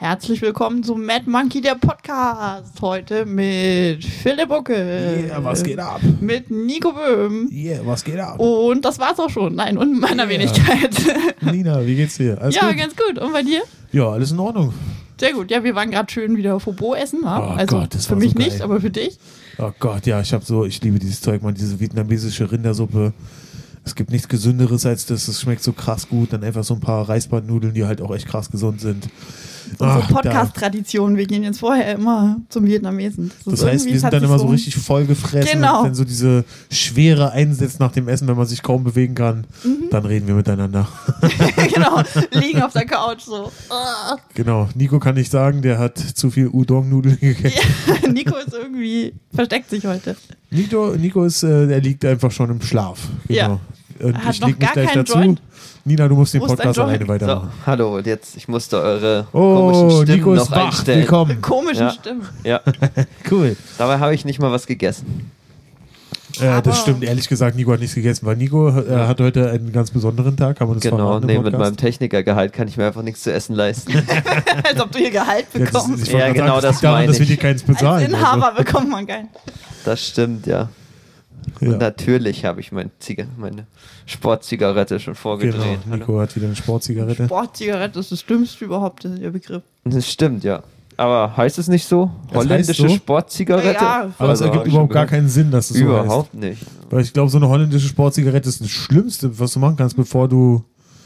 Herzlich willkommen zum Mad Monkey, der Podcast. Heute mit Philipp Bucke. Yeah, was geht ab? Mit Nico Böhm. Yeah, was geht ab? Und das war's auch schon. Nein, und meiner Wenigkeit. Nina, wie geht's dir? Alles ja, gut? ganz gut. Und bei dir? Ja, alles in Ordnung. Sehr gut. Ja, wir waren gerade schön wieder Fobo essen. Ja? Oh Also Gott, das für war mich so nicht, geil. aber für dich. Oh Gott, ja, ich liebe dieses Zeug, man, diese vietnamesische Rindersuppe. Es gibt nichts Gesünderes als das, es schmeckt so krass gut. Dann einfach so ein paar Reisbandnudeln, die halt auch echt krass gesund sind. Unsere Podcast-Tradition. Wir gehen jetzt vorher immer zum Vietnamesen. Das heißt, wir sind dann immer so richtig vollgefressen. Genau. Und wenn so diese Schwere einsetzt nach dem Essen, wenn man sich kaum bewegen kann, dann reden wir miteinander. Genau, liegen auf der Couch so. Genau, Nico kann nicht sagen, der hat zu viel Udon-Nudeln gegessen. Ja, Nico ist irgendwie, versteckt sich heute. Nico ist, der liegt einfach schon im Schlaf. Genau. Ja. Und Er hat ich noch leg mich gar gleich keinen dazu. Joint. Nina, du musst den Wo ist dein Podcast Joint? alleine So, weitermachen. hallo, und jetzt, ich musste eure komischen Oh, Stimmen Nico ist noch wach. einstellen. Willkommen. Komischen Ja. Stimmen. Ja, Cool. dabei habe ich nicht mal was gegessen. Aber- Das stimmt, ehrlich gesagt, Nico hat nichts gegessen, weil Nico hat heute einen ganz besonderen Tag. Kann man das Genau, verraten im nee, mit Podcast? meinem Technikergehalt kann ich mir einfach nichts zu essen leisten. Als ob du hier Gehalt Ja, das, bekommst. ich wollte Ja, gerade genau, sagen, das liegt daran, meine dass wir ich. dir keins Als bezahlen. Inhaber bekommt man keinen. Das stimmt, ja. Ja. Und natürlich habe ich meine Sportzigarette schon vorgedreht. Genau, Nico hat wieder eine Sportzigarette. Sportzigarette ist das Dümmste überhaupt, der Begriff. Das stimmt, ja. Aber heißt es nicht so? Das Holländische heißt so? Sportzigarette? Ja, Aber es Also, ergibt hab ich überhaupt schon gar gehört. keinen Sinn, dass es so heißt. Überhaupt nicht. Weil ich glaube, so eine holländische Sportzigarette ist das Schlimmste, was du machen kannst, bevor du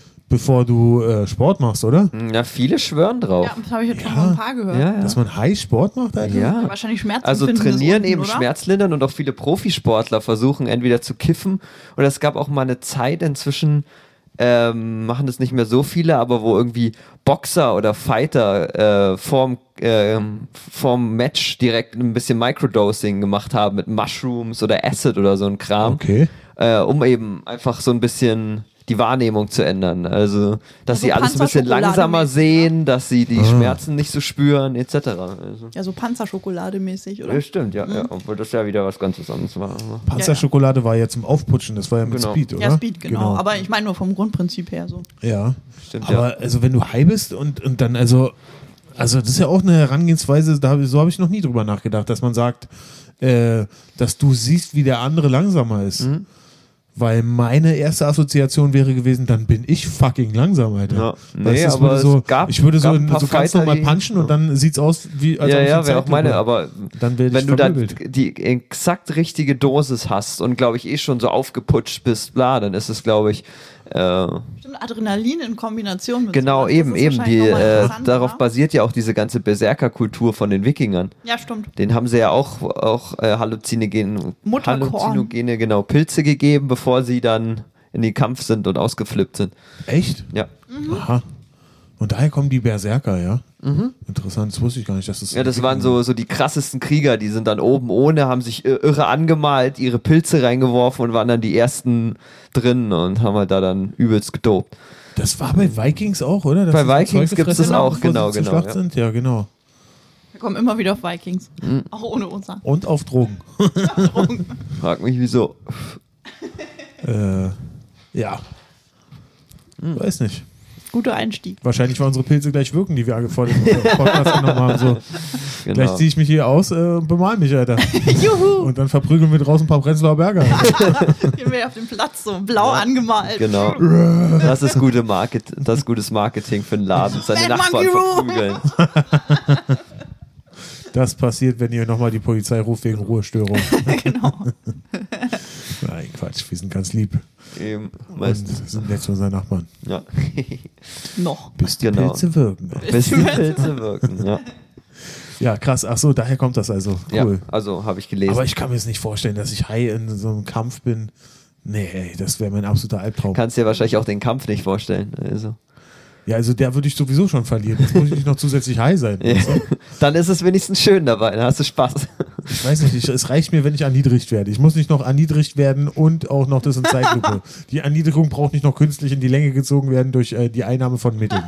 Sport machst, oder? Ja, viele schwören drauf. Ja, das habe ich jetzt schon mal ein paar gehört. Ja, Dass man High Sport macht, Alter? ja. Wahrscheinlich Schmerzen Also finden trainieren ist eben unten, oder? Schmerzlindern und auch viele Profisportler versuchen entweder zu kiffen oder es gab auch mal eine Zeit inzwischen, machen das nicht mehr so viele, aber wo irgendwie Boxer oder Fighter vorm Match direkt ein bisschen Microdosing gemacht haben mit Mushrooms oder Acid oder so ein Kram, Okay. um eben einfach so ein bisschen die Wahrnehmung zu ändern. Also, dass Also sie alles ein bisschen langsamer Panzerschokolade-mäßig, sehen, dass sie die Schmerzen nicht so spüren, etc. Also. Ja, so Panzerschokolade-mäßig, oder? Ja, stimmt, ja, ja. Obwohl das ja wieder was ganz anderes war. Panzerschokolade war ja zum Aufputschen, das war ja mit Genau. Speed, oder? Ja, Speed, genau. Aber ich meine nur vom Grundprinzip her so. Ja. Stimmt, Aber also wenn du high bist und dann also das ist ja auch eine Herangehensweise, so habe ich noch nie drüber nachgedacht, dass man sagt, dass du siehst, wie der andere langsamer ist. Mhm. Weil meine erste Assoziation wäre gewesen, dann bin ich fucking langsam, Alter. Ja. Weißt Nee, du, es aber würde so, es gab- ich würde so, gab ein paar so ganz Fighter, normal die- punchen und dann sieht's aus wie als ob Ja, ich ja, eine wäre auch meine, Zeitlupe- aber dann werde wenn ich du dann vermöbelt. die exakt richtige Dosis hast und glaube ich schon so aufgeputscht bist, bla, dann ist es glaube ich Stimmt, Adrenalin in Kombination mit genau sowas. Das eben ist wahrscheinlich die noch mal interessant, darauf oder? basiert ja auch diese ganze Berserkerkultur von den Wikingern. Ja, stimmt. Den haben sie ja auch Mutterkorn. halluzinogene genau Pilze gegeben, bevor sie dann in den Kampf sind und ausgeflippt sind. Echt? Ja. Aha. Und daher kommen die Berserker, ja? Interessant, das wusste ich gar nicht, dass das Ja, das waren so die krassesten Krieger, die sind dann oben ohne, haben sich irre angemalt, ihre Pilze reingeworfen und waren dann die ersten drin und haben halt da dann übelst gedopt. Das war bei Vikings auch, oder? Dass Bei sie so Vikings Zeug gibt es gefressen das haben, auch, bevor sie genau, zur genau, Schlacht ja. sind? Ja, genau. Wir kommen immer wieder auf Vikings. Mhm. Auch ohne uns. an. Und auf Drogen. Frag mich wieso. Ja. Weiß nicht. Guter Einstieg. Wahrscheinlich, weil unsere Pilze gleich wirken, die wir vor dem Podcast genommen haben. So. Genau. Gleich ziehe ich mich hier aus und bemal mich, Alter. Juhu! Und dann verprügeln wir draußen ein paar Prenzlauer Berger. Gehen wir auf den Platz so blau angemalt. Genau. Das ist gutes Marketing für einen Laden, seine Mad Nachbarn Monkey Room. verprügeln. Das passiert, wenn ihr nochmal die Polizei ruft wegen Ruhestörung. Genau. Nein, Quatsch, wir sind ganz lieb. Eben, Und meistens. sind nett zu unseren Nachbarn. Ja. Noch. Bis die Genau. Pilze wirken. Bis die Pilze wirken, ja. Ja, krass. Ach so, daher kommt das also. Ja, Cool. also habe ich gelesen. Aber ich kann mir jetzt nicht vorstellen, dass ich high in so einem Kampf bin. Nee, ey, das wäre mein absoluter Albtraum. Kannst dir wahrscheinlich auch den Kampf nicht vorstellen. Also. Ja, also der würde ich sowieso schon verlieren. Jetzt muss ich nicht noch zusätzlich high sein. Ja. Weißt du? Dann ist es wenigstens schön dabei, dann hast du Spaß. Ich weiß nicht, es reicht mir, wenn ich erniedrigt werde. Ich muss nicht noch erniedrigt werden und auch noch das in Zeitlupe. Die Erniedrigung braucht nicht noch künstlich in die Länge gezogen werden durch die Einnahme von Mitteln.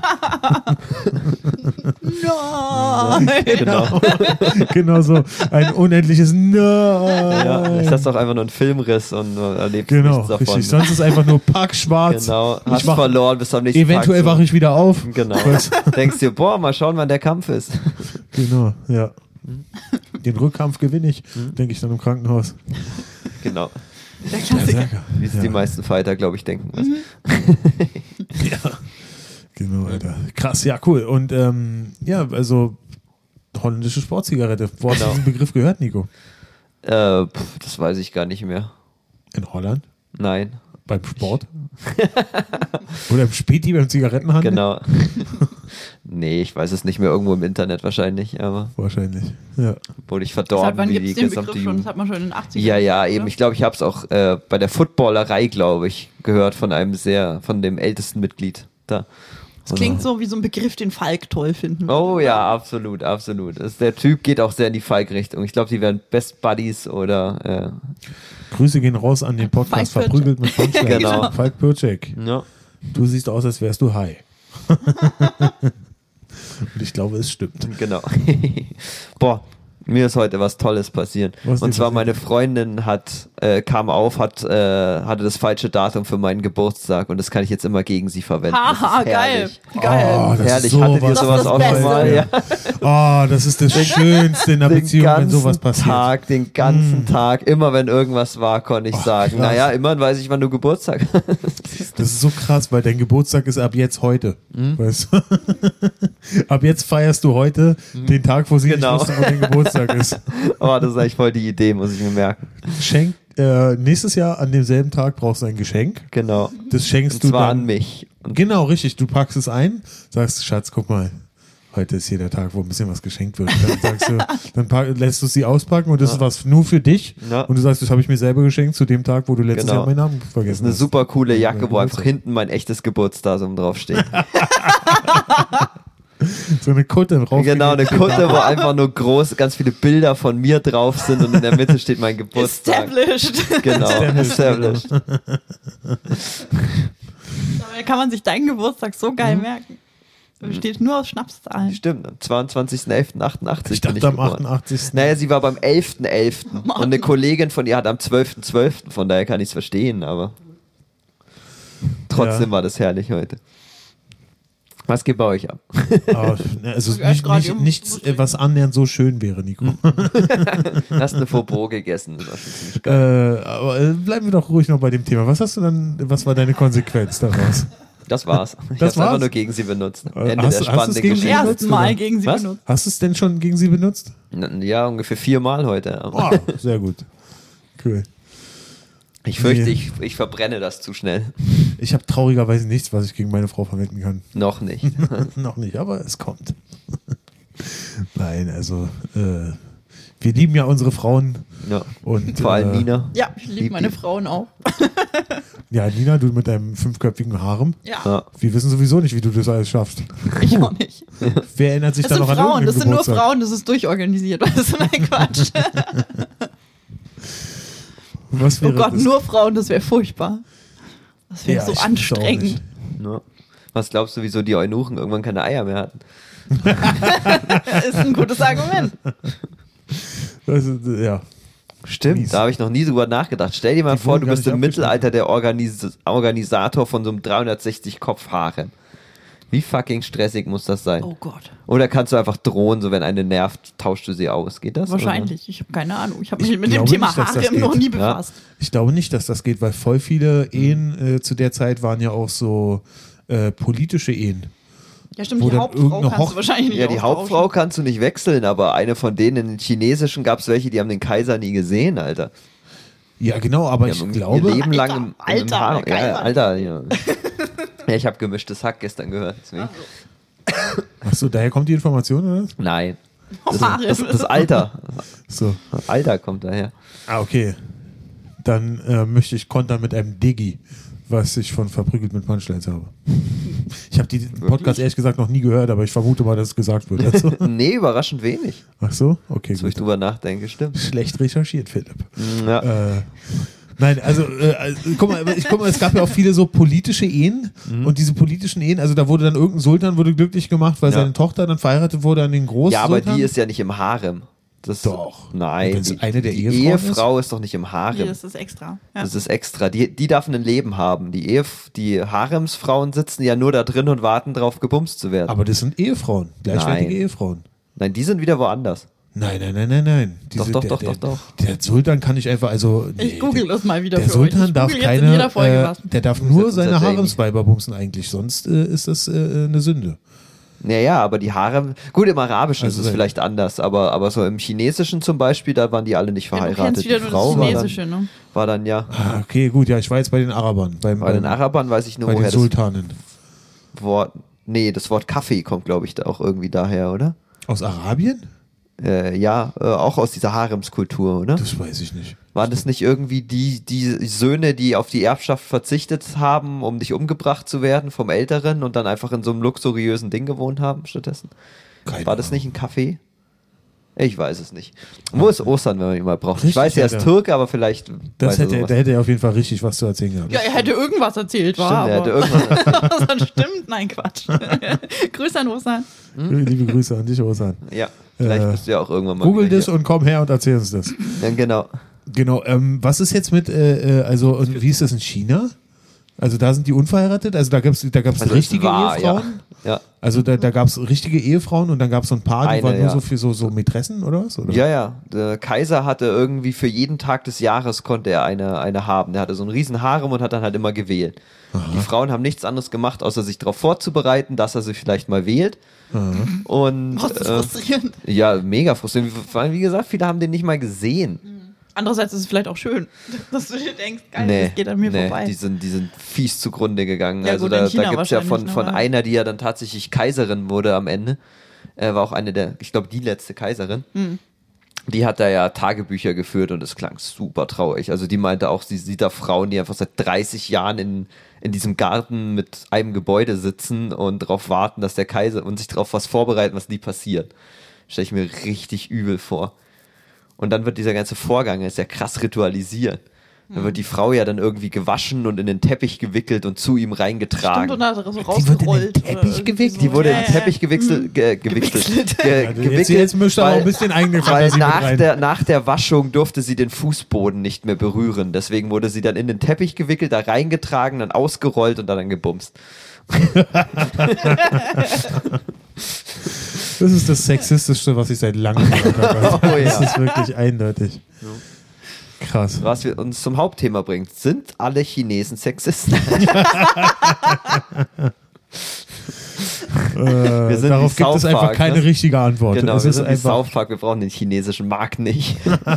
Nein. Genau. Genau so. Ein unendliches Nein. Ja, das ist doch einfach nur ein Filmriss und erlebst Genau, nichts davon. richtig. Sonst ist einfach nur packschwarz. Genau, Ich hast wach- verloren, bis am nächsten Eventuell Tag. wache ich wieder auf. Genau. Was? Denkst dir, boah, mal schauen, wann der Kampf ist. Genau, ja. Den Rückkampf gewinne ich, denke ich dann im Krankenhaus. Genau. Der Klassiker. Wie es die meisten Fighter, glaube ich, denken. Ja, genau, Alter. Krass, ja, cool. Und ja, also holländische Sportzigarette. Wo hast du Genau. diesen Begriff gehört, Nico? Das weiß ich gar nicht mehr. In Holland? Nein, Beim Sport? Oder im Späti beim Zigarettenhandel? genau. Nee, ich weiß es nicht mehr, irgendwo im Internet wahrscheinlich, aber Wahrscheinlich, ja. wurde ich Seit verdorben wann wie gibt die es den gesamte Begriff schon? Das Jugend. hat man schon in den 80ern. Ja, eben. oder? Ich glaube, ich habe es auch bei der Footballerei, glaube ich, gehört von von dem ältesten Mitglied da. Das klingt so wie so ein Begriff, den Falk toll finden würde. Oh ja, absolut, absolut. Der Typ geht auch sehr in die Falk-Richtung. Ich glaube, die werden Best Buddies oder Grüße gehen raus an den Podcast Falk Verprügelt mit Punchline. Genau. Falk Pircek. ja. Du siehst aus, als wärst du high. Und ich glaube, es stimmt. Genau. Boah, mir ist heute was Tolles passiert. Was ist Und dir zwar passiert? meine Freundin hatte das falsche Datum für meinen Geburtstag und das kann ich jetzt immer gegen sie verwenden. Haha, Das ist geil. herrlich. Geil. Oh, das Herrlich, ist hattet ihr sowas sowas das auch Beste. schon mal? Ja. Oh, das ist das Schönste in der Beziehung, wenn sowas passiert. Den ganzen Tag, immer wenn irgendwas war, konnte ich sagen, krass. naja, immerhin weiß ich, wann du Geburtstag hast. Das ist so krass, weil dein Geburtstag ist ab jetzt heute. Mhm. Weißt du? Ab jetzt feierst du heute den Tag, wo sie Genau. nicht wusste, wo dein Geburtstag ist. Oh, das ist eigentlich voll die Idee, muss ich mir merken. Schenk, nächstes Jahr an demselben Tag brauchst du ein Geschenk. Genau. Das schenkst Und du zwar dann. an mich. Und Genau, richtig. Du packst es ein, sagst, Schatz, guck mal, heute ist hier der Tag, wo ein bisschen was geschenkt wird. Dann sagst du, lässt du sie auspacken und das ist was nur für dich. Ja. Und du sagst, das habe ich mir selber geschenkt zu dem Tag, wo du letztes Genau. Jahr meinen Namen das ist vergessen eine hast. super coole Jacke, wo einfach Geburtstag. hinten mein echtes Geburtsdatum draufsteht. So eine Kutte drauf. Genau, eine Kutte, wo einfach nur ganz viele Bilder von mir drauf sind und in der Mitte steht mein Geburtstag. Established. Genau, established. Da kann man sich deinen Geburtstag so geil merken. Da steht nur aus Schnapszahlen. Stimmt, am 22.11.88 Ich dachte am 88. Naja, sie war beim 11.11. Und eine Kollegin von ihr hat am 12.12. Von daher kann ich es verstehen, aber trotzdem war das herrlich heute. Was geht bei euch ab? Aber, also nichts, was annähernd so schön wäre, Nico. Hast eine Faubourg gegessen. Das war schon ziemlich geil. Aber bleiben wir doch ruhig noch bei dem Thema. Was war deine Konsequenz daraus? Das war's. Ich Das hab's einfach war's? nur gegen sie benutzt. Hast Ende du- der hast du's spannenden gegen sie Zum Geschichte. ersten Mal oder? gegen sie Was? benutzt. Hast du es denn schon gegen sie benutzt? Ja, ungefähr 4 Mal heute. Oh, sehr gut. Cool. Ich fürchte, Nee. ich verbrenne das zu schnell. Ich habe traurigerweise nichts, was ich gegen meine Frau verwenden kann. Noch nicht. Noch nicht, aber es kommt. Nein, also wir lieben ja unsere Frauen. Ja. Und, Vor allem Nina. Ja, ich liebe meine Frauen auch. Ja, Nina, du mit deinem 5-köpfigen Harem. Ja, Ja. Wir wissen sowieso nicht, wie du das alles schaffst. ich auch nicht. Wer erinnert sich Das da sind noch an Frauen, das sind nur Geburtstag? Frauen, das ist durchorganisiert. Das ist mein Quatsch. Was Oh wäre Gott, das? nur Frauen, das wäre furchtbar. Das wäre Ja, so ich weiß auch anstrengend. nicht. Ja. Was glaubst du, wieso die Eunuchen irgendwann keine Eier mehr hatten? Das ist ein gutes Argument. Das ist, ja. Stimmt, Mies. da habe ich noch nie drüber nachgedacht. Stell dir mal Die vor, wurden du gar bist nicht im Mittelalter der Organisator von so einem 360-Kopf-Harem. Wie fucking stressig muss das sein? Oh Gott. Oder kannst du einfach drohen, so wenn eine nervt, tauschst du sie aus? Geht das? Wahrscheinlich. Ich habe keine Ahnung. Ich habe mich Ich mit dem glaube Thema nicht, dass das Harem noch geht. nie befasst. Ich glaube nicht, dass das geht, weil voll viele Ehen zu der Zeit waren ja auch so politische Ehen. Ja, stimmt. Wo Die dann Hauptfrau irgendeine kannst du wahrscheinlich nicht Ja, die austauschen. Hauptfrau kannst du nicht wechseln, aber eine von denen, in den chinesischen gab es welche, die haben den Kaiser nie gesehen, Alter. Ja, genau, aber Die ich haben glaube. ihr Leben lang im Alter, Harem. der Ja, Kaiser. Alter, ja. Ja, ich habe gemischtes Hack gestern gehört. Deswegen. Achso, daher kommt die Information, oder? Nein. Harem. Das Alter. So. Alter kommt daher. Ah, okay. Dann möchte ich kontern mit einem Diggi. was ich von Verprügelt mit Punchlines habe. Ich habe den Podcast ehrlich gesagt noch nie gehört, aber ich vermute mal, dass es gesagt wird. Also. Nee, überraschend wenig. Ach so? Okay, Jetzt, wo ich drüber nachdenke, stimmt. Schlecht recherchiert, Philipp. Ja. Nein, also guck mal, es gab ja auch viele so politische Ehen und diese politischen Ehen, also da wurde dann irgendein Sultan wurde glücklich gemacht, weil seine Tochter dann verheiratet wurde an den Großsultan. Ja, aber die ist ja nicht im Harem. Das Doch. Nein, Wenn's eine der die Ehefrauen Ehefrau ist doch nicht im Harem. Nee, das ist extra. Ja. Das ist extra. Die darf ein Leben haben. Die Haremsfrauen sitzen ja nur da drin und warten drauf, gebumst zu werden. Aber das sind Ehefrauen, gleichwertige Nein. Ehefrauen. Nein, die sind wieder woanders. Nein. Doch. Der Sultan kann nicht einfach, also. Ich google das mal wieder Der für euch. Sultan Ich darf google jetzt in jeder Folge keine, was. der darf Das nur ist seine unser Haremsweiber bumsen eigentlich, sonst ist das eine Sünde. Naja, aber die Harem, gut, im Arabischen Also ist es vielleicht anders, aber so im Chinesischen zum Beispiel, da waren die alle nicht Ja, du verheiratet. kennst wieder Die nur Frau das Chinesische, ne? war dann ja, Ah, okay, gut, ja, ich war jetzt bei den Arabern. bei den Arabern weiß ich nur, bei den woher Sultanen. das Wort, das Wort Kaffee kommt, glaube ich, da auch irgendwie daher, oder? Aus Arabien? Auch aus dieser Haremskultur, oder? Das weiß ich nicht. Waren das nicht irgendwie die Söhne, die auf die Erbschaft verzichtet haben, um nicht umgebracht zu werden vom Älteren und dann einfach in so einem luxuriösen Ding gewohnt haben stattdessen? Keine War das Ahnung. nicht ein Café? Ich weiß es nicht. Wo ist Ostern, wenn man ihn mal braucht? Ich Richtig, weiß, er ist Alter. Türke, aber vielleicht Da weiß er hätte sowas. er auf jeden Fall richtig was zu erzählen gehabt. Ja, er hätte irgendwas erzählt, Stimmt, war er hätte aber. irgendwas. Das stimmt? Nein, Quatsch. Grüße an Ostern. Liebe Grüße an dich, Osan. Ja, vielleicht bist du ja auch irgendwann mal Google wieder das hier. und komm her und erzähl uns das. Ja, genau. Genau, was ist jetzt mit, und wie ist das in China? Also da sind die unverheiratet, also da gab's Also richtige es war, Ehefrauen. Ja. Also da gab es richtige Ehefrauen und dann gab es so ein paar, die Eine, waren nur ja. so für so Mätressen oder was? Oder? Ja. Der Kaiser hatte irgendwie für jeden Tag des Jahres konnte er eine haben. Der hatte so einen riesen Harem und hat dann halt immer gewählt. Die Frauen haben nichts anderes gemacht, außer sich darauf vorzubereiten, dass er sich vielleicht mal wählt. Und Oh, das ist frustrierend. ja, mega frustrierend. Vor allem, wie gesagt, viele haben den nicht mal gesehen. Andererseits ist es vielleicht auch schön, dass du dir denkst, geil, das geht an mir vorbei. Die sind fies zugrunde gegangen. Ja, Also gut, in da China gibt es ja wahrscheinlich, von ne? einer, die ja dann tatsächlich Kaiserin wurde am Ende, war auch eine der, ich glaube, die letzte Kaiserin. Die hat da ja Tagebücher geführt und es klang super traurig. Also die meinte auch, sie sieht da Frauen, die einfach seit 30 Jahren in diesem Garten mit einem Gebäude sitzen und darauf warten, dass der Kaiser und sich darauf was vorbereiten, was nie passiert. Stelle ich mir richtig übel vor. Und dann wird dieser ganze Vorgang, ist ja krass ritualisiert. Dann wird die Frau ja dann irgendwie gewaschen und in den Teppich gewickelt und zu ihm reingetragen. Stimmt, und da so wird in den rausgerollt. Teppich oder irgendwie gewickelt? so. Die wurde Ja, in den ja. Teppich gewickelt. Jetzt mischt aber auch ein bisschen eigene weil Fantasie mit rein. nach der Waschung durfte sie den Fußboden nicht mehr berühren. Deswegen wurde sie dann in den Teppich gewickelt, da reingetragen, dann ausgerollt und dann gebumst. Das ist das Sexistischste, was ich seit langem gehört habe. Oh ja. Das ist wirklich eindeutig. Krass. Was wir uns zum Hauptthema bringt. Sind alle Chinesen Sexisten? Wir sind Darauf wie gibt es South einfach Park, keine ne? richtige Antwort. Genau, es wir ist sind wie einfach, South Park, wir brauchen den chinesischen Markt nicht.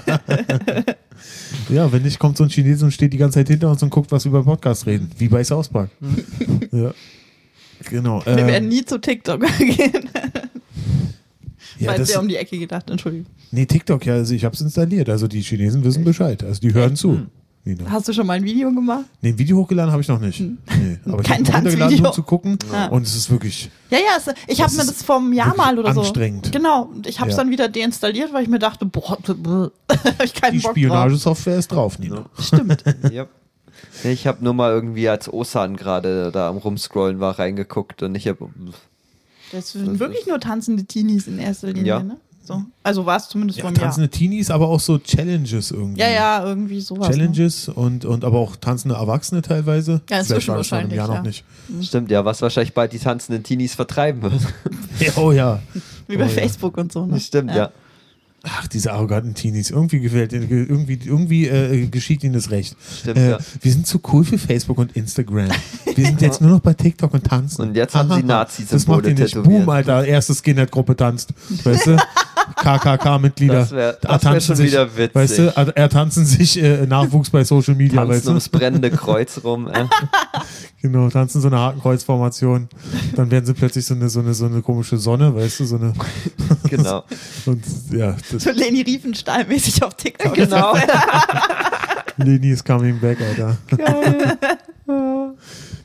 ja, wenn nicht, kommt so ein Chinese und steht die ganze Zeit hinter uns und guckt, was wir beim Podcast reden. Wie bei South Park. Ja. Genau. Wir werden nie zu TikTok gehen. ja, Weil das, sehr um die Ecke gedacht, Entschuldigung. nee, TikTok, ja, also ich habe es installiert. Also die Chinesen wissen Bescheid. Also die hören zu. Nina. Hast du schon mal ein Video gemacht? Nee, ein Video hochgeladen habe ich noch nicht. Nee, aber Kein ich habe runtergeladen, Tanzvideo. um zu gucken. Ja. Und es ist wirklich, Ja, ich habe Das mir ist das vom Jahr mal oder so. anstrengend. Genau. Und ich habe es Ja. dann wieder deinstalliert, weil ich mir dachte, boah, habe ich keinen die Bock drauf. Spionagesoftware ist drauf, Nina. Stimmt. Yep. Ich habe nur mal irgendwie, als Osan gerade da am Rumscrollen war, reingeguckt und ich habe. Das sind wirklich nur tanzende Teenies in erster Linie, Ja. ne? So. Also war es zumindest Ja, vom Jahr. tanzende Teenies, aber auch so Challenges irgendwie. Ja, irgendwie sowas. Ne? Challenges und aber auch tanzende Erwachsene teilweise. Ja, inzwischen Vielleicht war das vor einem wahrscheinlich, Jahr ja. noch nicht. Stimmt, ja, was wahrscheinlich bald die tanzenden Teenies vertreiben wird. Ja, oh ja. Wie bei Oh ja. Facebook und so. Ne? Stimmt, ja. Ach, diese arroganten Teenies. Irgendwie gefällt irgendwie geschieht ihnen das recht. Stimmt, ja. Wir sind zu cool für Facebook und Instagram. Wir sind jetzt nur noch bei TikTok und tanzen. Und jetzt haben sie Das macht Nazi-Symbole ihr nicht. tätowiert. Boom, Alter. Erste Skinhead-Gruppe tanzt. Weißt du? KKK-Mitglieder. Das wär Ertanzen schon sich, wieder witzig. Weißt du, ertanzen sich Nachwuchs bei Social Media. Tanzen Weißt du? ums brennende Kreuz rum. Genau, tanzen so eine Hakenkreuzformation. Dann werden sie plötzlich so eine komische Sonne, weißt du, so eine. Genau. Und ja, das So Leni Riefenstahl-mäßig auf TikTok. Genau. Leni is coming back, Alter. Geil.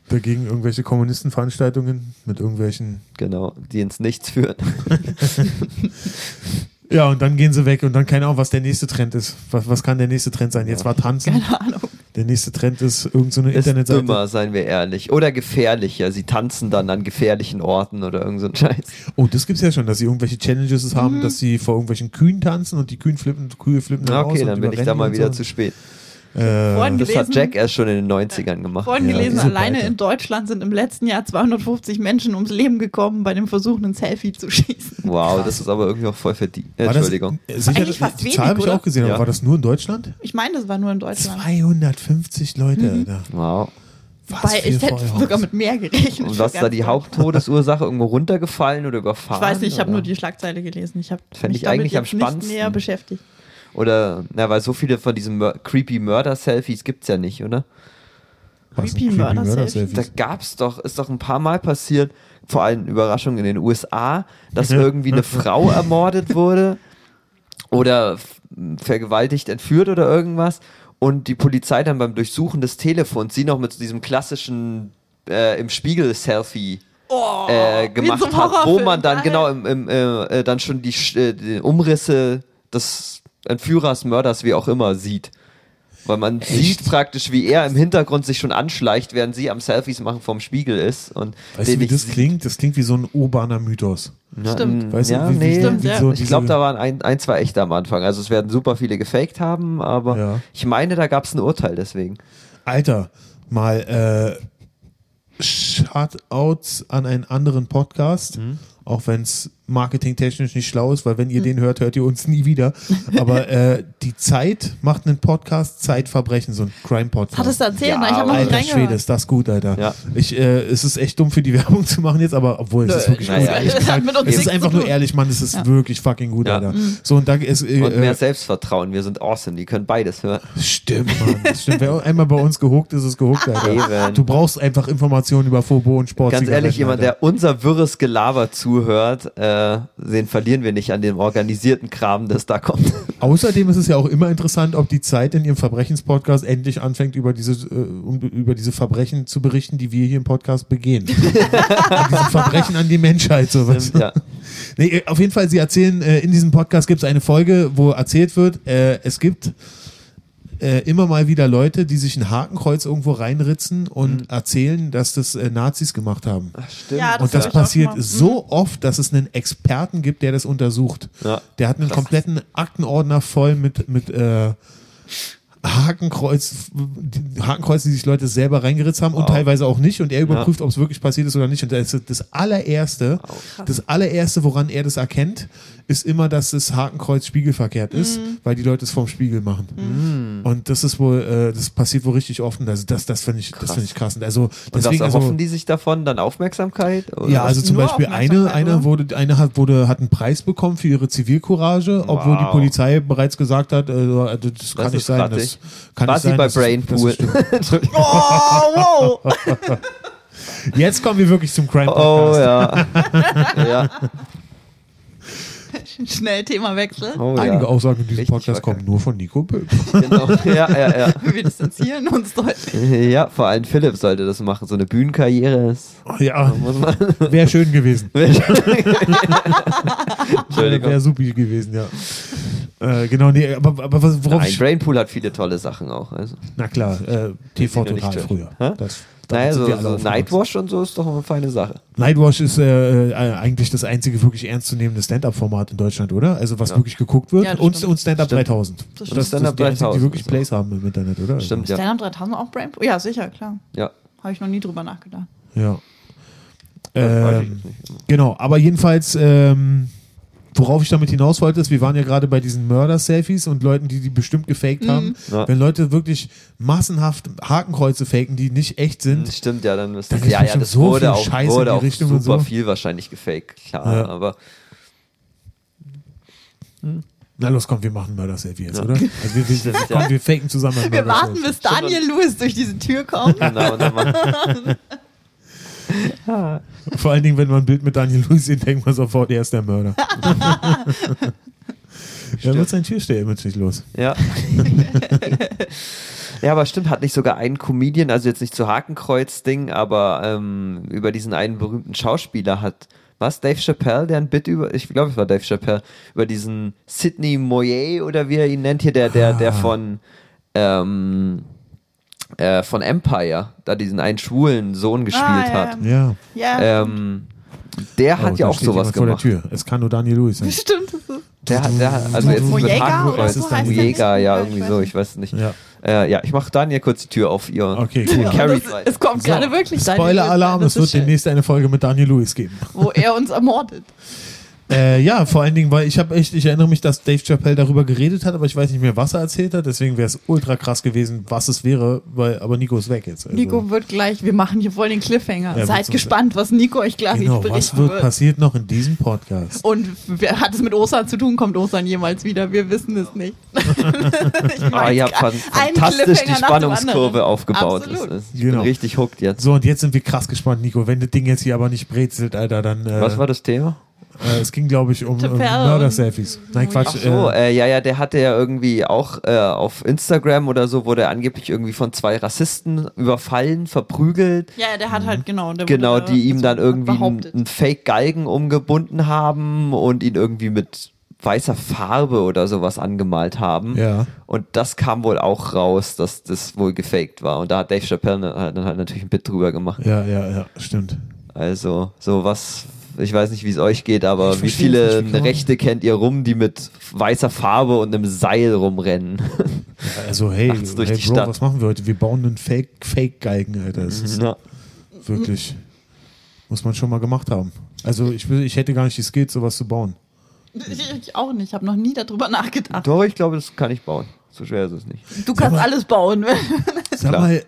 Dagegen irgendwelche Kommunistenveranstaltungen mit irgendwelchen... Genau, die ins Nichts führen. Ja, und dann gehen sie weg und dann keine Ahnung, was der nächste Trend ist. Was kann der nächste Trend sein? Jetzt war Tanzen. Keine Ahnung. Der nächste Trend ist irgend so eine Ist Internetseite. dümmer, seien wir ehrlich. Oder gefährlicher. Sie tanzen dann an gefährlichen Orten oder irgend so ein Scheiß. Oh, das gibt's ja schon, dass sie irgendwelche Challenges haben, dass sie vor irgendwelchen Kühen tanzen und die Kühe flippen dann Ja, aus. okay, und dann bin ich überrennen da mal und wieder so. zu spät. Vorhin Das hat gelesen, Jackass schon in den 90ern gemacht. Vorhin Ja, gelesen, die sind alleine weiter. in Deutschland sind im letzten Jahr 250 Menschen ums Leben gekommen bei dem Versuch, ein Selfie zu schießen. Wow, das ist aber irgendwie auch voll verdient. War das, Entschuldigung. Sicher, Eigentlich fast die wenig, Zahl habe ich oder? auch gesehen, aber Ja. war das nur in Deutschland? Ich meine, das war nur in Deutschland. 250 Leute, Alter. Wow. Was Wobei für ich hätte Feuerhaus. sogar mit mehr gerechnet. Und für was ist da ganz die Deutschland. Haupttodesursache? Irgendwo runtergefallen oder Ich überfahren? weiß nicht, ich habe oder? nur die Schlagzeile gelesen. Ich habe Fänd mich ich eigentlich damit am jetzt spannendsten. nicht näher beschäftigt. Oder, weil so viele von diesen creepy Murder-Selfies gibt's ja nicht, oder? Was, ein Creepy Murder-Selfies? Da ist doch ein paar Mal passiert, vor allem Überraschung in den USA, dass irgendwie eine Frau ermordet wurde oder vergewaltigt, entführt oder irgendwas und die Polizei dann beim Durchsuchen des Telefons sie noch mit diesem klassischen im Spiegel-Selfie gemacht so ein hat, wo Horrorfilm, man dann geil. dann schon die Umrisse des Entführers, Mörders, wie auch immer, sieht. Weil man sieht praktisch, wie er im Hintergrund sich schon anschleicht, während sie am Selfies machen vorm Spiegel ist. Und Weißt du, den wie nicht das sieht. klingt? Das klingt wie so ein urbaner Mythos. Stimmt. Weißt Ja, du, nee. Stimmt, ja. so Ich glaube, da waren ein, zwei echte am Anfang. Also es werden super viele gefaked haben, aber Ja. ich meine, da gab es ein Urteil deswegen. Alter, mal Shoutouts an einen anderen Podcast, auch wenn es marketingtechnisch nicht schlau ist, weil wenn ihr den hört, hört ihr uns nie wieder. Aber die Zeit macht einen Podcast, Zeitverbrechen, so ein Crime-Podcast. Hattest du erzählt? Ja, Nein, ich habe noch nicht Alter Schwede, reingehört. ist das gut, Alter. Ja. Es ist echt dumm für die Werbung zu machen jetzt, aber obwohl es ist wirklich naja, gut. Ehrlich das gesagt, hat mit uns es ist nichts einfach zu nur tun. ehrlich, Mann, es ist wirklich fucking gut, Ja. Alter. So, und da ist Und mehr Selbstvertrauen. Wir sind awesome. Die können beides hören. Stimmt, Mann. Das stimmt. Wer einmal bei uns gehuckt ist, ist gehuckt, Alter. Eben. Du brauchst einfach Informationen über Fobo und Sport. Ganz ehrlich, jemand, der unser wirres Gelaber zuhört, den verlieren wir nicht an dem organisierten Kram, das da kommt. Außerdem ist es ja auch immer interessant, ob die Zeit in ihrem Verbrechenspodcast endlich anfängt, über diese Verbrechen zu berichten, die wir hier im Podcast begehen. Und diese Verbrechen an die Menschheit, sowas. Ja. Nee, auf jeden Fall, sie erzählen, in diesem Podcast gibt es eine Folge, wo erzählt wird, es gibt immer mal wieder Leute, die sich ein Hakenkreuz irgendwo reinritzen und erzählen, dass das Nazis gemacht haben. Stimmt. Ja, Und das hab ich auch passiert schon mal. so oft, dass es einen Experten gibt, der das untersucht. Ja. Der hat einen kompletten Aktenordner voll mit Hakenkreuze, die sich Leute selber reingeritzt haben und teilweise auch nicht. Und er überprüft, ob es wirklich passiert ist oder nicht. Und das allererste, woran er das erkennt, ist immer, dass das Hakenkreuz spiegelverkehrt ist, weil die Leute es vorm Spiegel machen. Und das ist wohl, das passiert wohl richtig oft. Also das finde ich krass. Und also Und deswegen, was erhoffen die sich davon? Dann Aufmerksamkeit? Oder? ja, also zum Nur Beispiel Aufmerksamkeit, eine hat einen Preis bekommen für ihre Zivilcourage, obwohl die Polizei bereits gesagt hat, das kann nicht sein. rattig. Das kann War nicht sie sein. bei das- Brainpool? das ist- Oh, wow. Jetzt kommen wir wirklich zum Oh Crime-Podcast. ja. Ja. Schnell Themawechsel. Oh, Einige ja. Aussagen in diesem Richtig Podcast wacker. kommen nur von Nico Böhm. Genau. Ja. Wir distanzieren uns deutlich. Ja, vor allem Philipp sollte das machen. So eine Bühnenkarriere ist. Ja, Muss man. wäre schön gewesen. Entschuldigung. Wäre supi gewesen, ja. Genau, nee, aber worauf Nein, ich... Brainpool hat viele tolle Sachen auch. Also. Na klar, TV sind wir Total nicht früher. Hä? Damit Naja, sind wir alle so aufgewachsen. Nightwash und so ist doch eine feine Sache. Nightwash ist eigentlich das einzige wirklich ernstzunehmende Stand-Up-Format in Deutschland, oder? Also was wirklich geguckt wird. Ja, das und stimmt. Stand-Up Stimmt. 3000. Das Das ist Stand-Up die einzigen, die 3000 wirklich ist so. Plays haben im Internet, oder? Stimmt, ja. Stand-up 3000 auch Brainpool? Ja, sicher, klar. Ja. Habe ich noch nie drüber nachgedacht. Ja. Das weiß ich jetzt nicht. Genau, aber jedenfalls, worauf ich damit hinaus wollte, ist, wir waren ja gerade bei diesen Mörder-Selfies und Leuten, die bestimmt gefaked haben. Ja. Wenn Leute wirklich massenhaft Hakenkreuze faken, die nicht echt sind, Stimmt, ja, dann ist Da das. gibt's Ja, bestimmt das so wurde viel auch, Scheiß in wurde die auch Richtung und super so. viel wahrscheinlich gefaked, klar, Ja. aber. na los, komm, wir machen Mörder-Selfie jetzt, Ja. oder? Also komm, wir faken zusammen ein Wir warten, Mörder-Selfie. bis Daniel Lewis durch diese Tür kommt. Genau, und dann machen, Vor allen Dingen, wenn man ein Bild mit Daniel Lewis sieht, denkt man sofort, er ist der Mörder. Ja, wird sein Türsteher-Image nicht los. ja. Ja, aber stimmt, hat nicht sogar ein Comedian, also jetzt nicht zu Hakenkreuz-Ding, aber über diesen einen berühmten Schauspieler hat, was, Dave Chappelle, der ein Bit ich glaube, es war Dave Chappelle, über diesen Sidney Moyer oder wie er ihn nennt hier, der von Empire, da diesen einen schwulen Sohn gespielt hat. Ja. Der hat ja auch sowas vor gemacht. Der Tür. Es kann nur Daniel Lewis sein. Stimmt. Der hat, also jetzt mit Hakenkreuz, so Jäger, ja, irgendwie so, ich weiß es nicht. Ja, ich mache Daniel kurz die Tür auf ihr. Okay, cool. Es kommt gerade wirklich Spoiler-Alarm, es wird demnächst eine Folge mit Daniel Lewis geben. Wo er uns ermordet. Ja, vor allen Dingen, weil ich erinnere mich, dass Dave Chappelle darüber geredet hat, aber ich weiß nicht mehr, was er erzählt hat, deswegen wäre es ultra krass gewesen, was es wäre, aber Nico ist weg jetzt. Also. Nico wird gleich, wir machen hier voll den Cliffhanger. Ja, Seid gespannt, was Nico euch gleich berichten was wird passiert noch in diesem Podcast? Und wer hat es mit Ostern zu tun? Kommt Ostern jemals wieder? Wir wissen es nicht. Ihr habt fantastisch die Spannungskurve aufgebaut. Ich bin richtig hooked jetzt. So, und jetzt sind wir krass gespannt, Nico. Wenn das Ding jetzt hier aber nicht brezelt, Alter, dann... Was war das Thema? Es ging, glaube ich, um Mörder-Selfies. Nein, Quatsch. Ach so, der hatte ja irgendwie auch auf Instagram oder so, wurde er angeblich irgendwie von 2 Rassisten überfallen, verprügelt. Ja, der hat halt, die ihm dann irgendwie einen Fake-Galgen umgebunden haben und ihn irgendwie mit weißer Farbe oder sowas angemalt haben. Ja. Und das kam wohl auch raus, dass das wohl gefaked war. Und da hat Dave Chappelle dann halt natürlich ein Bit drüber gemacht. Ja, stimmt. Also, sowas... Ich weiß nicht, wie es euch geht, aber wie viele Rechte kennt ihr rum, die mit weißer Farbe und einem Seil rumrennen? Ja, also hey Bro, was machen wir heute? Wir bauen einen Fake-Galgen, Alter. Das ist wirklich, muss man schon mal gemacht haben. Also ich hätte gar nicht die Skills, sowas zu bauen. Ich auch nicht, ich habe noch nie darüber nachgedacht. Doch, ich glaube, das kann ich bauen. So schwer ist es nicht. Du kannst alles bauen. Sag mal,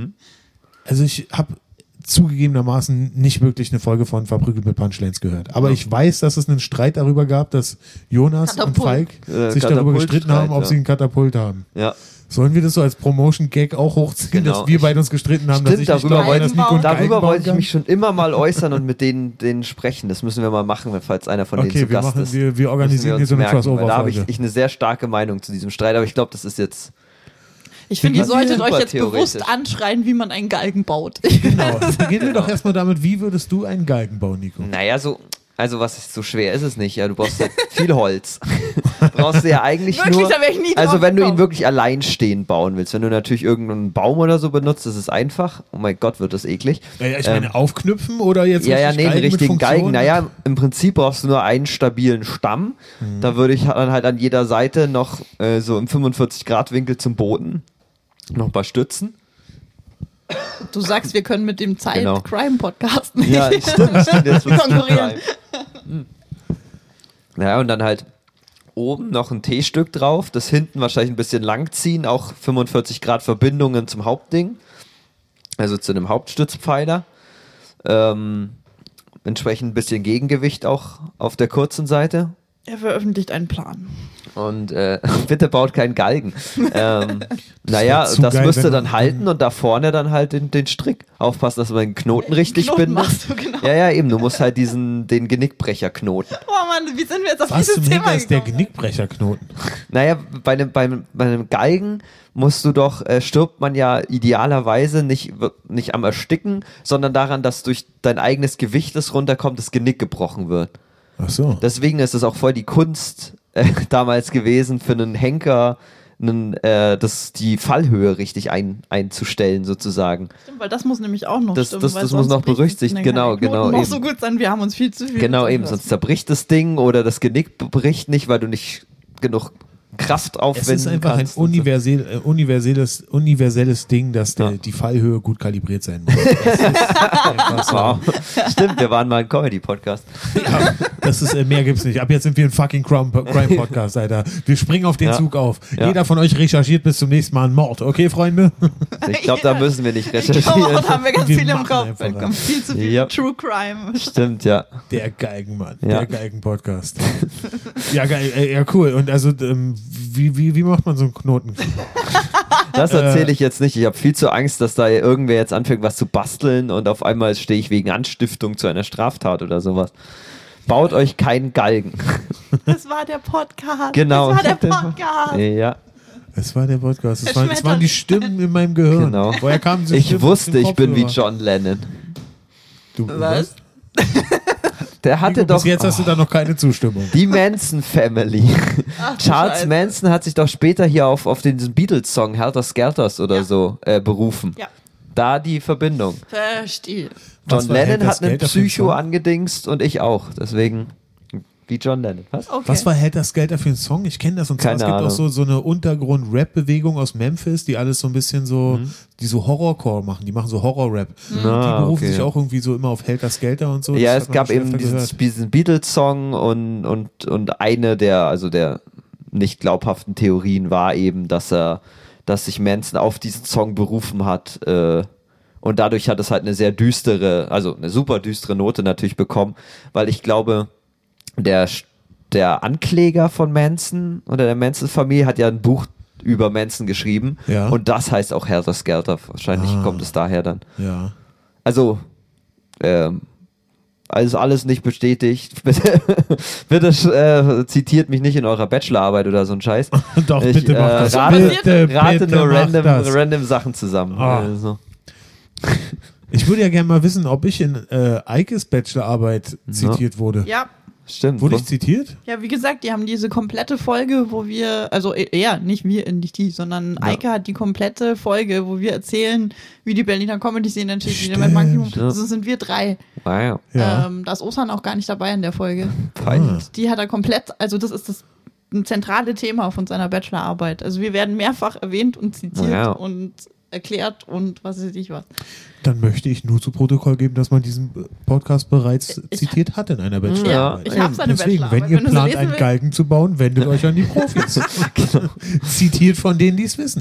also ich habe zugegebenermaßen nicht wirklich eine Folge von Verprügelt mit Punchlines gehört. Aber ich weiß, dass es einen Streit darüber gab, dass Jonas und Falk sich darüber gestritten haben, ob sie einen Katapult haben. Ja. Sollen wir das so als Promotion-Gag auch hochziehen, dass wir beide uns gestritten haben, dass ich darüber wollte ich mich schon immer mal äußern und mit denen sprechen. Das müssen wir mal machen, falls einer von denen zu Gast ist. Wir organisieren hier so eine Crossover-Folge. Da habe ich eine sehr starke Meinung zu diesem Streit, aber ich glaube, das ist jetzt... Ich finde, ihr solltet euch jetzt bewusst anschreien, wie man einen Galgen baut. Genau. Beginnen wir doch erstmal damit, wie würdest du einen Galgen bauen, Nico? Naja, so schwer ist es nicht. Ja, du brauchst ja viel Holz. Brauchst du ja eigentlich wirklich, nur. Da wäre ich nie Also drauf wenn du ihn gekommen. wirklich alleinstehend bauen willst, wenn du natürlich irgendeinen Baum oder so benutzt, das ist einfach. Oh mein Gott, wird das eklig. Ja, ich meine, aufknüpfen oder jetzt einen richtigen Galgen. Naja, im Prinzip brauchst du nur einen stabilen Stamm. Da würde ich dann halt an jeder Seite noch so im 45-Grad-Winkel zum Boden noch ein paar Stützen. Du sagst, wir können mit dem Zeit-Crime-Podcast nicht Ja, stimmt. Jetzt wird's konkurrieren. Naja, und dann halt oben noch ein T-Stück drauf, das hinten wahrscheinlich ein bisschen lang ziehen, auch 45 Grad Verbindungen zum Hauptding, also zu einem Hauptstützpfeiler. Entsprechend ein bisschen Gegengewicht auch auf der kurzen Seite. Er veröffentlicht einen Plan. Und bitte baut keinen Galgen. Naja, das geil, müsste dann halten und da vorne dann halt den Strick. Aufpassen, dass man den Knoten richtig bindet. Machst du, genau. Ja, eben. Du musst halt den Genickbrecher knoten. Oh Mann, wie sind wir jetzt auf Was dieses zum Thema Henker ist der gekommen? Genickbrecherknoten? Naja, bei einem Galgen musst du doch, stirbt man ja idealerweise nicht am Ersticken, sondern daran, dass durch dein eigenes Gewicht, das runterkommt, das Genick gebrochen wird. Ach so. Deswegen ist es auch voll die Kunst damals gewesen, für einen Henker die Fallhöhe richtig einzustellen, sozusagen. Stimmt, weil das muss nämlich auch noch Das stimmen. muss noch berücksichtigt, genau. Muss Eben. so gut sein, wir haben uns viel zu viel. Genau, eben, sonst zerbricht das Ding oder das Genick bricht nicht, weil du nicht genug Kraft aufwenden Es ist einfach ein kannst. universelles Ding, dass die Fallhöhe gut kalibriert sein muss. Das ist einfach so. Wow. Stimmt, wir waren mal ein Comedy-Podcast. Ja, das ist, mehr gibt's nicht. Ab jetzt sind wir ein fucking Crime-Podcast, Alter. Wir springen auf den Zug auf. Ja. Jeder von euch recherchiert bis zum nächsten Mal einen Mord. Okay, Freunde? Ich glaube, da müssen wir nicht Da recherchieren. haben wir ganz Wir viel im machen Kopf. einfach Da kommt viel zu viel Ja. True Crime. Stimmt, ja. Der Geigenmann. Ja. Der Geigen-Podcast. Ja, geil. Ja, cool. Und also, wie macht man so einen Knoten? Das erzähle ich jetzt nicht. Ich habe viel zu Angst, dass da irgendwer jetzt anfängt, was zu basteln und auf einmal stehe ich wegen Anstiftung zu einer Straftat oder sowas. Baut euch keinen Galgen. Das war der Podcast. Genau. Das war der Podcast. Ja. Es war der Podcast. Es waren die Stimmen in meinem Gehirn. Genau. Woher kamen diese Ich Stimmen wusste, aus dem ich bin wie Kopfhörer? John Lennon. Du, Was? Der hatte Nico, doch bis jetzt hast du da noch keine Zustimmung. die Manson Family. Ach, du Charles Scheiße. Manson hat sich doch später hier auf den Beatles-Song Helter Skelters oder Ja. so berufen. Ja, Da die Verbindung. verstehe. Was John war Lennon Helter hat einen Skelter für ein Psycho Song? angedingst und ich auch. Deswegen wie John Lennon. Was? Okay. Was war Helter Skelter für ein Song? Ich kenne das. Und zwar, Keine es gibt auch Ahnung. so eine Untergrund-Rap-Bewegung aus Memphis, die alles so ein bisschen so, die so Horrorcore machen. Die machen so Horror-Rap. Die berufen sich auch irgendwie so immer auf Helter Skelter und so. Ja, Das es hat man gab schon eben öfter gehört. diesen Beatles-Song und eine der nicht glaubhaften Theorien war eben, dass sich Manson auf diesen Song berufen hat und dadurch hat es halt eine sehr düstere, also eine super düstere Note natürlich bekommen, weil ich glaube, der Ankläger von Manson oder der Manson-Familie hat ja ein Buch über Manson geschrieben Ja. und das heißt auch Helter Skelter. Wahrscheinlich kommt es daher dann. Ja. Also, also alles nicht bestätigt. Bitte zitiert mich nicht in eurer Bachelorarbeit oder so ein Scheiß. Doch, Ich, bitte mach das. rate Bitte nur mach das. random Sachen zusammen. Ah. Also. Ich würde ja gerne mal wissen, ob ich in Eikes Bachelorarbeit zitiert wurde. Ja. Stimmt. Wurde ich zitiert? Ja, wie gesagt, die haben diese komplette Folge, wo wir, also nicht die, sondern Eike hat die komplette Folge, wo wir erzählen, wie die Berliner Comedy-Szene entsteht, wie der Mad Monkey Room. Ja. Also sind wir 3. Wow. Ja. Da ist Osan auch gar nicht dabei in der Folge. Peinlich. Die hat er komplett, also das ist ein zentrale Thema von seiner Bachelorarbeit. Also wir werden mehrfach erwähnt und zitiert Ja. und erklärt und was weiß ich was. Dann möchte ich nur zu Protokoll geben, dass man diesen Podcast bereits zitiert hat in einer Bachelorarbeit. Ich habe seine Deswegen, Bachelorarbeit. wenn ihr du sie plant, lesen einen willst. Galgen zu bauen, wendet euch an die Profis. Zitiert von denen, die es wissen.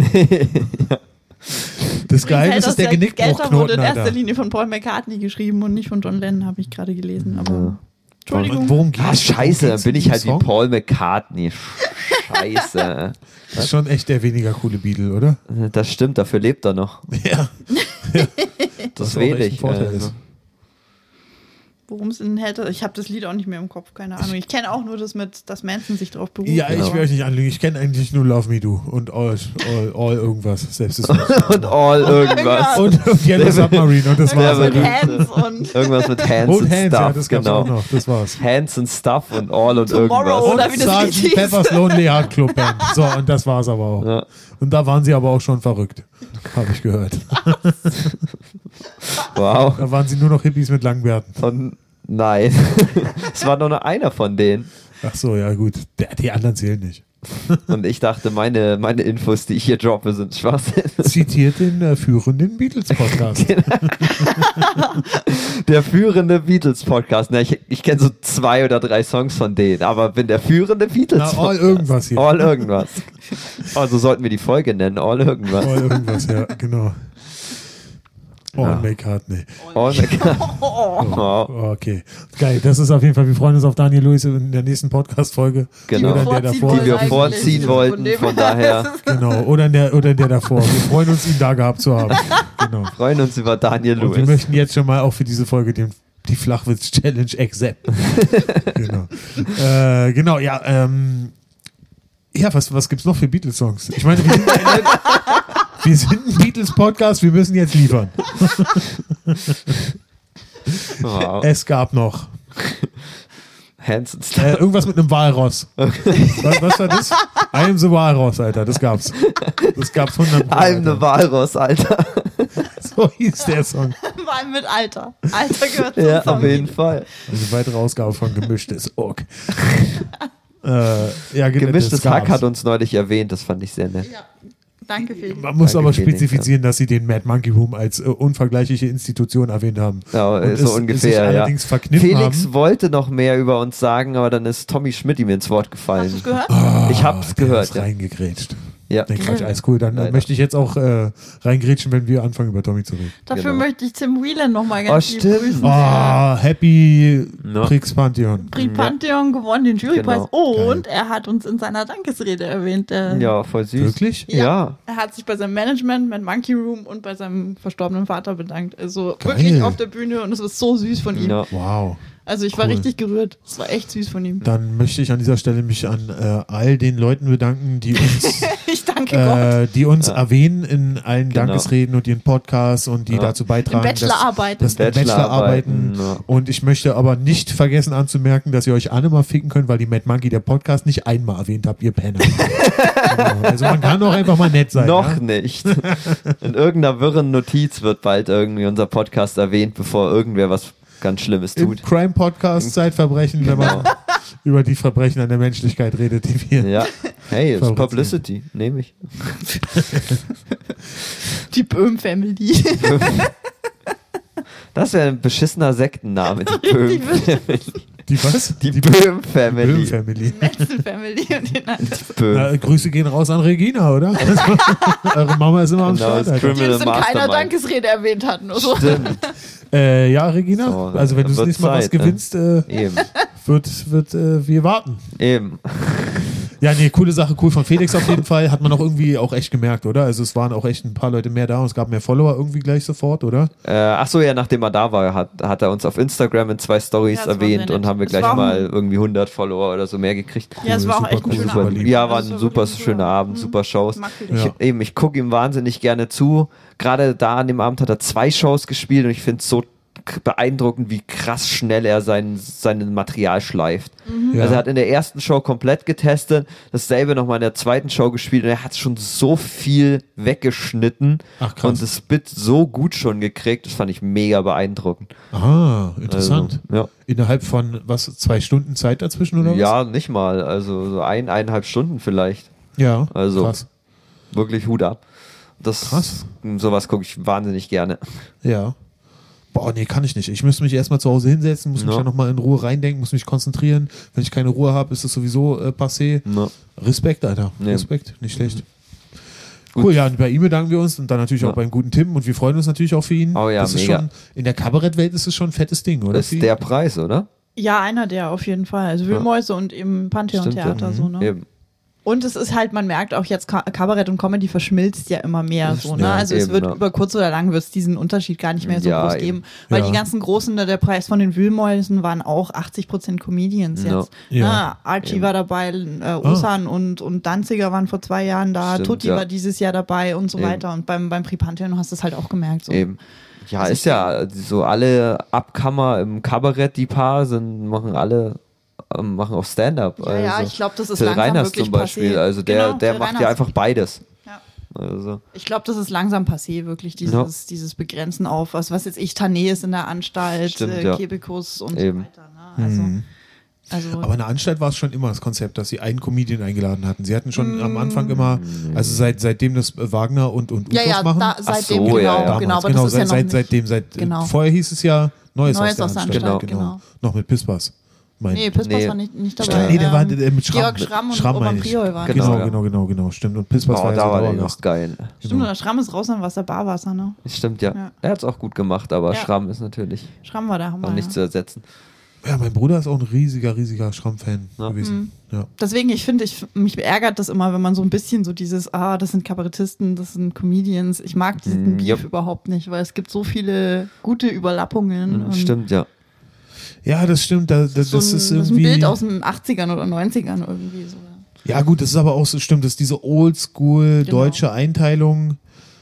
Das Geheimnis ist der Skelter wurde Genickbruchknoten, in erster Alter. Linie von Paul McCartney geschrieben und nicht von John Lennon, habe ich gerade gelesen. Aber Entschuldigung. Worum geht's? Ah, scheiße, dann bin ich halt wie Song? Paul McCartney. Scheiße. Das ist schon echt der weniger coole Beatle, oder? Das stimmt, dafür lebt er noch. Ja. Das auch echt wähle ein ich. Vorteil ist. Worum es in hätte, ich habe das Lied auch nicht mehr im Kopf, keine Ahnung. Ich kenne auch nur das mit, dass Manson sich drauf beruft. Ja, ich will euch nicht anlügen. Ich kenne eigentlich nur Love Me Do und all irgendwas. Selbst ist Und all irgendwas. und Yellow Submarine und das war's. Der mit Hands und Irgendwas mit Hands Und und Hands, Stuff. ja, das gab's genau. auch noch. Das war's. Hands and Stuff und all und Tomorrow, irgendwas. oder wie das Lied Sgt. hieß. Pepper's Lonely Heart Club Band. So, und das war's aber auch. Ja. Und da waren sie aber auch schon verrückt. Habe ich gehört. Wow. Da waren sie nur noch Hippies mit langen Bärten. Nein. Es war nur noch einer von denen. Ach so, ja gut. Die anderen zählen nicht. Und ich dachte, meine Infos, die ich hier droppe, sind Schwachsinn. Zitiert den führenden Beatles-Podcast. Der führende Beatles-Podcast. Na, ich kenne so 2 oder 3 Songs von denen, aber bin der führende Na, Beatles-Podcast. all irgendwas hier. All irgendwas. Also sollten wir die Folge nennen, All irgendwas. All irgendwas, ja, genau. All McCartney. All wow. Okay, geil. Das ist auf jeden Fall, wir freuen uns auf Daniel Lewis in der nächsten Podcast-Folge. Genau. Oder in der davor. Die wir Eigentlich. vorziehen wollten, von daher Genau, oder in der davor. Wir freuen uns, ihn da gehabt zu haben. Genau. freuen uns über Daniel Und wir Lewis. möchten jetzt schon mal auch für diese Folge die Flachwitz-Challenge accepten. Genau, ja, ja, was gibt's noch für Beatles-Songs? Ich meine, wir sind ein Beatles-Podcast, wir müssen jetzt liefern. Wow. Es gab noch Hands and Stuff. irgendwas mit einem Walross. Was war das? I am the Walross, Alter, das gab's. Das gab's 100%. I'm the Walross, Alter. So hieß der Song. vor allem mit Alter. Alter gehört zum Ja, Song. auf jeden Fall. Also weitere Ausgabe von Gemischtes Org. Ja, Gemischtes das Hack gab's. hat uns neulich erwähnt, das fand ich sehr nett. Ja. Danke, Felix. Man muss Danke, aber Felix, spezifizieren, dass sie den Mad Monkey Room als unvergleichliche Institution erwähnt haben. Ja, Und so sich ungefähr, ja. allerdings verkniffen Felix haben. wollte noch mehr über uns sagen, aber dann ist Tommy Schmidt ihm ins Wort gefallen. Hast du es gehört? Ich hab's Der gehört, ist ja. reingegrätscht. Ja. Nee, Quatsch, alles cool. Dann Leider. möchte ich jetzt auch reingrätschen, wenn wir anfangen, über Tommy zu reden. Dafür Genau. möchte ich Tim Whelan nochmal ganz lieb stimmt. grüßen. Happy Ja. Prix Pantheon. Prix Pantheon gewonnen, den Jurypreis. Genau. Und er hat uns in seiner Dankesrede erwähnt. Ja, voll süß. Wirklich? Ja. Er hat sich bei seinem Management, Mad Monkey Room und bei seinem verstorbenen Vater bedankt. Also Geil. wirklich auf der Bühne und es ist so süß von ihm. Ja. Wow. Also ich war Cool. richtig gerührt. Es war echt süß von ihm. Dann möchte ich an dieser Stelle mich an all den Leuten bedanken, die uns nicht, danke Gott. Die uns erwähnen in allen Dankesreden und ihren Podcasts und die dazu beitragen, Bachelorarbeiten. Bachelorarbeiten. Ja. Und ich möchte aber nicht vergessen anzumerken, dass ihr euch alle mal ficken könnt, weil die Mad Monkey, der Podcast, nicht einmal erwähnt habt, ihr Penner. Genau. Also man kann doch einfach mal nett sein. Noch nicht. In irgendeiner wirren Notiz wird bald irgendwie unser Podcast erwähnt, bevor irgendwer was ganz Schlimmes tut. Im Crime-Podcast Zeitverbrechen, wenn man über die Verbrechen an der Menschlichkeit redet, die wir. Ja. Hey, it's Publicity. Nehme ich. Die Böhm-Family. Das wäre ein beschissener Sektenname, die Böhm-Family. Die was? Die Böhm-Family. Böhm-Family. Family und den anderen. Grüße gehen raus an Regina, oder? Eure Mama ist immer am Start. Die uns in keiner Dankesrede erwähnt hat. Nur so. Stimmt. Ja, Regina, so, also wenn du das nächste Mal was gewinnst, wird wir warten. Eben. Ja, nee, coole Sache, cool von Felix auf jeden Fall. Hat man auch irgendwie auch echt gemerkt, oder? Also es waren auch echt ein paar Leute mehr da und es gab mehr Follower irgendwie gleich sofort, oder? Achso, ja, nachdem er da war, hat er uns auf Instagram in 2 Stories erwähnt und haben wir gleich mal irgendwie 100 Follower oder so mehr gekriegt. Cool, ja, es war auch echt ein schöner Abend. Ja, war ein super schöner Abend, super Shows. Ich gucke ihm wahnsinnig gerne zu. Gerade da an dem Abend hat er 2 Shows gespielt und ich finde es so beeindruckend, wie krass schnell er sein Material schleift. Mhm. Also er hat in der ersten Show komplett getestet, dasselbe nochmal in der zweiten Show gespielt und er hat schon so viel weggeschnitten und das Bit so gut schon gekriegt, das fand ich mega beeindruckend. Ah, interessant. Also, ja. Innerhalb von, 2 Stunden Zeit dazwischen oder was? Ja, nicht mal, also so 1,5 Stunden vielleicht. Ja, also krass. Wirklich Hut ab. Krass. Sowas gucke ich wahnsinnig gerne. Ja. Boah, nee, kann ich nicht. Ich müsste mich erstmal zu Hause hinsetzen, muss mich da nochmal in Ruhe reindenken, muss mich konzentrieren. Wenn ich keine Ruhe habe, ist das sowieso passé. No. Respekt, Alter. Nee. Respekt, nicht schlecht. Cool, ja, und bei ihm bedanken wir uns und dann natürlich auch beim guten Tim und wir freuen uns natürlich auch für ihn. Oh ja, das ist mega. Schon, in der Kabarettwelt ist es schon ein fettes Ding, oder? Das ist der Preis, oder? Ja, einer der auf jeden Fall. Also Wühlmäuse und eben Pantheon-Theater. So, ne? Eben. Und es ist halt, man merkt auch jetzt, Kabarett und Comedy verschmilzt ja immer mehr so, ne? Ja, also es wird über kurz oder lang wird es diesen Unterschied gar nicht mehr so groß geben. Weil die ganzen großen, der Preis von den Wühlmäusen waren auch 80% Comedians jetzt. Ja. Archie war dabei, Osan und Danziger waren vor 2 Jahren da, stimmt, Tutti war dieses Jahr dabei und so weiter. Und beim Prix Pantheon hast du es halt auch gemerkt. So. Eben. Ja, also ist ja so, alle Abkammer im Kabarett, die Paar machen auch Stand-up. Ja, also ich glaube, das ist Till langsam Reiners wirklich zum Beispiel. passé. Also der macht ja einfach beides. Ja. Also. Ich glaube, das ist langsam passé, wirklich dieses Begrenzen auf, was jetzt Tané ist in der Anstalt, Kebekus und eben. so weiter. Ne? Also aber in der Anstalt war es schon immer das Konzept, dass sie einen Comedian eingeladen hatten. Sie hatten schon am Anfang immer, also seitdem das Wagner und Utos machen. Seitdem, genau. Aber das ist seitdem, vorher hieß es ja Neues aus der Anstalt. Genau. Noch mit Pispas. Pispas war nicht dabei. Nee, der war mit Georg Schramm und Roman Priol waren. Genau, stimmt. Und Pispas war da war der noch geil. Stimmt, und der Schramm ist raus, dann war es der Barwasser, ne? Stimmt, ja. Er hat es auch gut gemacht, aber Schramm ist natürlich Schramm war der Hammer, auch nicht zu ersetzen. Ja, mein Bruder ist auch ein riesiger Schramm-Fan gewesen. Ja. Deswegen, mich ärgert das immer, wenn man so ein bisschen so dieses, das sind Kabarettisten, das sind Comedians. Ich mag diesen Beef überhaupt nicht, weil es gibt so viele gute Überlappungen. Stimmt, ja. Ja, das stimmt. Das ist irgendwie. Das ist ein Bild aus den 80ern oder 90ern irgendwie so. Ja, gut, das ist aber auch so, stimmt, das ist diese oldschool deutsche Einteilung.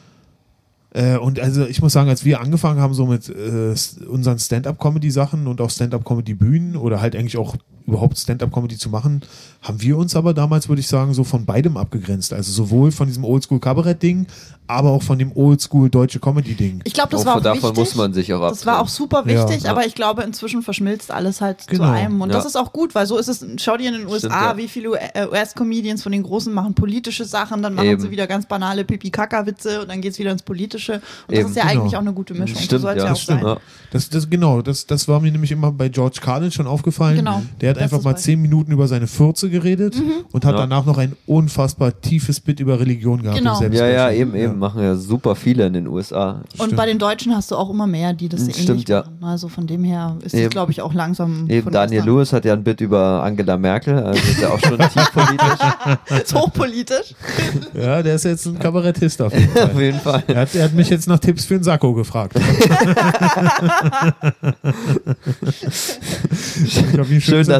Und also ich muss sagen, als wir angefangen haben so mit unseren Stand-Up-Comedy-Sachen und auch Stand-Up-Comedy-Bühnen oder halt eigentlich auch überhaupt Stand-Up-Comedy zu machen, haben wir uns aber damals, würde ich sagen, so von beidem abgegrenzt. Also sowohl von diesem Oldschool-Kabarett-Ding, aber auch von dem Oldschool-deutsche Comedy-Ding. Ich glaube, das war auch davon wichtig. Muss man sich auch abgrenzen. Das war auch super wichtig, aber ich glaube, inzwischen verschmilzt alles halt zu einem. Und das ist auch gut, weil so ist es, schau dir in den USA, wie viele US-Comedians von den Großen machen politische Sachen, dann machen sie wieder ganz banale Pipi-Kaka-Witze und dann geht es wieder ins Politische. Und das ist ja eigentlich auch eine gute Mischung. Stimmt, so soll es ja auch sein. Ja. Das war mir nämlich immer bei George Carlin schon aufgefallen. Genau. Der hat einfach mal 10 Minuten über seine Fürze geredet und hat danach noch ein unfassbar tiefes Bit über Religion gehabt. Genau. Eben. Machen ja super viele in den USA. Und bei den Deutschen hast du auch immer mehr, die das ähnlich machen. Also von dem her ist es, glaube ich, auch langsam. Eben, Daniel Lewis hat ja ein Bit über Angela Merkel, also ist ja auch schon tief politisch. Ist hochpolitisch. Ja, der ist jetzt ein Kabarettist auf jeden Fall. Auf jeden Fall. Er hat mich jetzt nach Tipps für einen Sakko gefragt. Schön, dass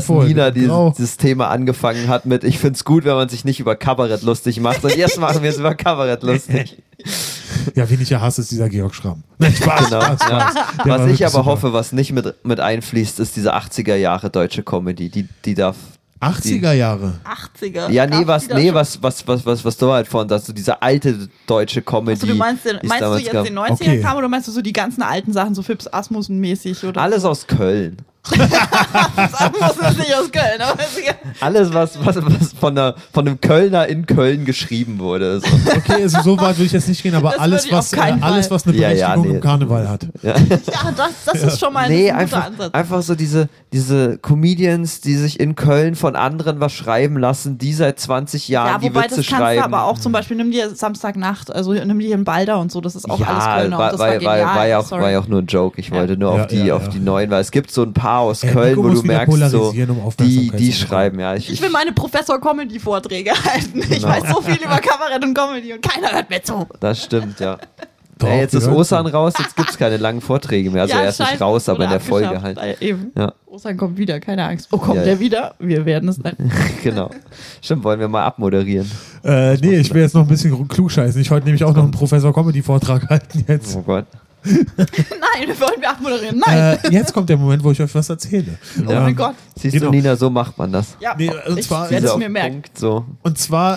dass Nina dieses Thema angefangen hat mit, ich find's gut, wenn man sich nicht über Kabarett lustig macht. Und jetzt machen wir es über Kabarett lustig. Ja, wen ich ja hasse, ist dieser Georg Schramm. Spaß, genau, Spaß. Ja. Was ich aber hoffe, was nicht mit einfließt, ist diese 80er Jahre deutsche Comedy. Die darf 80er Jahre. 80er. Ja, was du halt von sagst, so diese alte deutsche Comedy. Also du meinst du jetzt den 90er kam oder meinst du so die ganzen alten Sachen, so Fips Asmussen mäßig oder? Alles aus Köln. Asmussen ist nicht aus Köln, aber alles, was von einem Kölner in Köln geschrieben wurde. So. Okay, also so weit will ich jetzt nicht gehen, aber alles, was eine Berechtigung im Karneval hat. Ja, das ist schon mal ein guter Ansatz. Einfach so diese Comedians, die sich in Köln von anderen was schreiben lassen, die seit 20 Jahren die Witze schreiben. Ja, wobei das kannst du aber auch zum Beispiel, nimm dir Samstagnacht, also nimm dir in Balder und so, das ist auch alles Kölner und das war genial. War ja auch nur ein Joke, ich wollte nur auf die neuen, weil es gibt so ein paar aus Köln, wo du merkst, so, die schreiben, ja. Ich will meine Professor-Comedy-Vorträge halten. Ich weiß so viel über Kabarett und Comedy und keiner hört mir zu. Das stimmt, ja. Doch, jetzt ist Osan raus, jetzt gibt es keine langen Vorträge mehr. Also er ist nicht raus, aber in der Folge halt. Eben. Ja. Osan kommt wieder, keine Angst. Oh, kommt der wieder? Wir werden es dann. Genau. Stimmt, wollen wir mal abmoderieren. Nee, ich will jetzt noch ein bisschen klugscheißen. Ich wollte nämlich auch noch einen Professor-Comedy-Vortrag halten jetzt. Oh Gott. Nein, wir wollen abmoderieren. Nein. Jetzt kommt der Moment, wo ich euch was erzähle. Oh mein Gott. Siehst du, Nina, so macht man das. Ja, nee, und zwar werde es mir merken. So. Und zwar,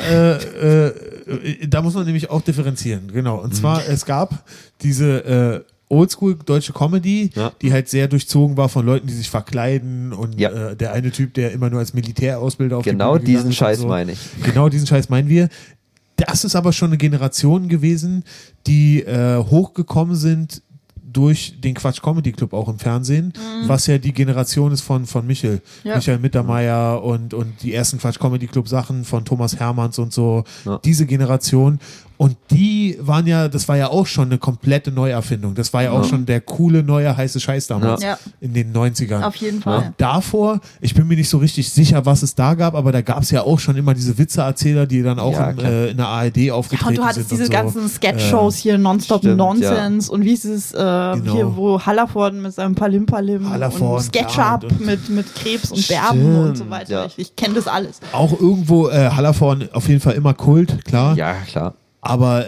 da muss man nämlich auch differenzieren. Genau. Und zwar, es gab diese Oldschool deutsche Comedy, die halt sehr durchzogen war von Leuten, die sich verkleiden und der eine Typ, der immer nur als Militärausbilder auf genau die Bühne diesen Scheiß so. Meine ich. Genau diesen Scheiß meinen wir. Das ist aber schon eine Generation gewesen, die hochgekommen sind durch den Quatsch Comedy Club auch im Fernsehen, was ja die Generation ist von Michael Mittermeier und die ersten Quatsch Comedy Club Sachen von Thomas Hermanns und so, diese Generation. Und die waren ja, das war ja auch schon eine komplette Neuerfindung. Das war ja auch schon der coole, neue, heiße Scheiß damals in den 90ern. Auf jeden Fall. Und davor, ich bin mir nicht so richtig sicher, was es da gab, aber da gab es ja auch schon immer diese Witzeerzähler, die dann auch in der ARD aufgetreten sind. Und du hattest diese ganzen Sketch-Shows hier, Nonstop Nonsense und wie ist es hier, wo Hallervorden mit seinem Palim-Palim und SketchUp mit Krebs und Berben und so weiter. Ja. Ich kenne das alles. Auch irgendwo Hallervorden auf jeden Fall immer Kult, klar. Ja, klar. Aber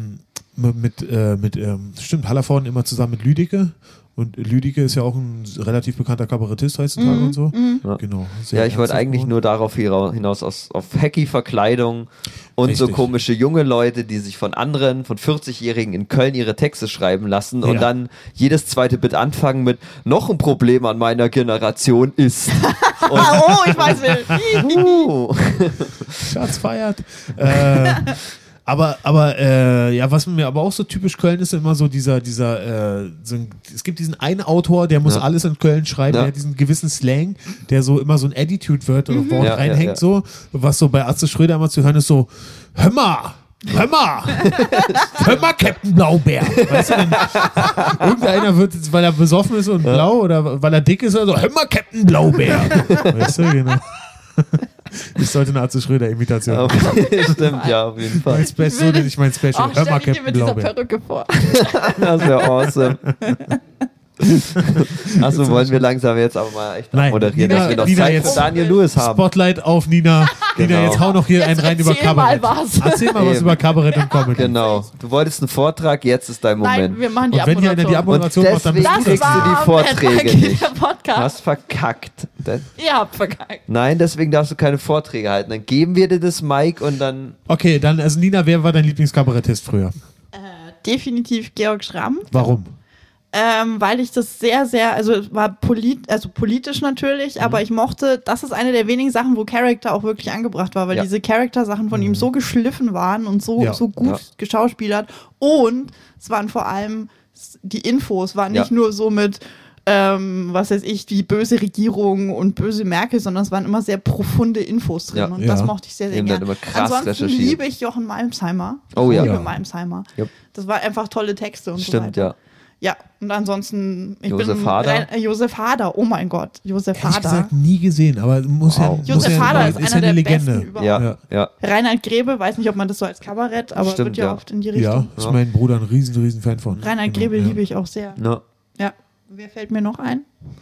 stimmt, Hallervorden immer zusammen mit Lüdecke. Und Lüdecke ist ja auch ein relativ bekannter Kabarettist heutzutage und so. Ja. Genau. Ja, ich wollte eigentlich nur darauf hinaus auf Hacky-Verkleidung und so komische junge Leute, die sich von anderen, von 40-Jährigen in Köln ihre Texte schreiben lassen und dann jedes zweite Bit anfangen mit noch ein Problem an meiner Generation ist. Und ich weiß nicht. Schatz feiert. Aber was mir aber auch so typisch Köln ist, immer so es gibt diesen einen Autor, der muss alles in Köln schreiben, der hat diesen gewissen Slang, der so immer so ein Attitude-Wort reinhängt, so, was so bei Atze Schröder immer zu hören ist so, hör mal, Captain Blaubeer. Weißt du, irgendeiner wird, weil er besoffen ist und blau oder weil er dick ist, oder so, hör mal, Captain Blaubeer. Weißt du, genau. Ich sollte eine Atze Schröder-Imitation machen. Stimmt, ja, auf jeden Fall. So nenne ich mein Special. Hör mal, Captain Blaubeer. Dieser Perücke vor. Das wäre awesome. Achso, wollen wir langsam jetzt aber mal echt moderieren, dass wir noch Zeit für Daniel Lewis haben. Spotlight auf Nina. Genau. Nina, jetzt hau noch hier einen rein über Kabarett. Erzähl mal was über Kabarett und Comedy. Genau. Du wolltest einen Vortrag, jetzt ist dein Moment. Nein, wir machen die Abmoderation. Und wenn ihr die Abmoderation macht, dann kriegst du die Vorträge nicht. Du hast verkackt. Ihr habt verkackt. Nein, deswegen darfst du keine Vorträge halten. Dann geben wir dir das Mic und dann... Okay, dann, also Nina, wer war dein Lieblingskabarettist früher? Definitiv Georg Schramm. Warum? Weil ich das sehr, sehr, also war politisch natürlich, aber ich mochte, das ist eine der wenigen Sachen, wo Charakter auch wirklich angebracht war, weil diese Charakter-Sachen von ihm so geschliffen waren und so gut geschauspielert und es waren vor allem die Infos, waren nicht nur so mit was weiß ich, die böse Regierung und böse Merkel, sondern es waren immer sehr profunde Infos drin und das mochte ich sehr, sehr gerne. Ansonsten liebe ich Jochen Malmsheimer. Oh ja. Ich liebe Malmsheimer. Yep. Das war einfach tolle Texte und so weiter. Stimmt, ja. Ja, und ansonsten, Josef Hader. Josef Hader, oh mein Gott, Josef Hader. Ich gesagt, nie gesehen, aber Josef Hader ist einer der Legende. Besten überhaupt. Ja. Reinhard Grebe, weiß nicht, ob man das so als Kabarett, aber stimmt, wird ja oft in die Richtung. Ja, ist mein Bruder ein riesen Fan von. Reinhard Grebe liebe ich auch sehr. Ja. Ja. Wer fällt mir noch ein?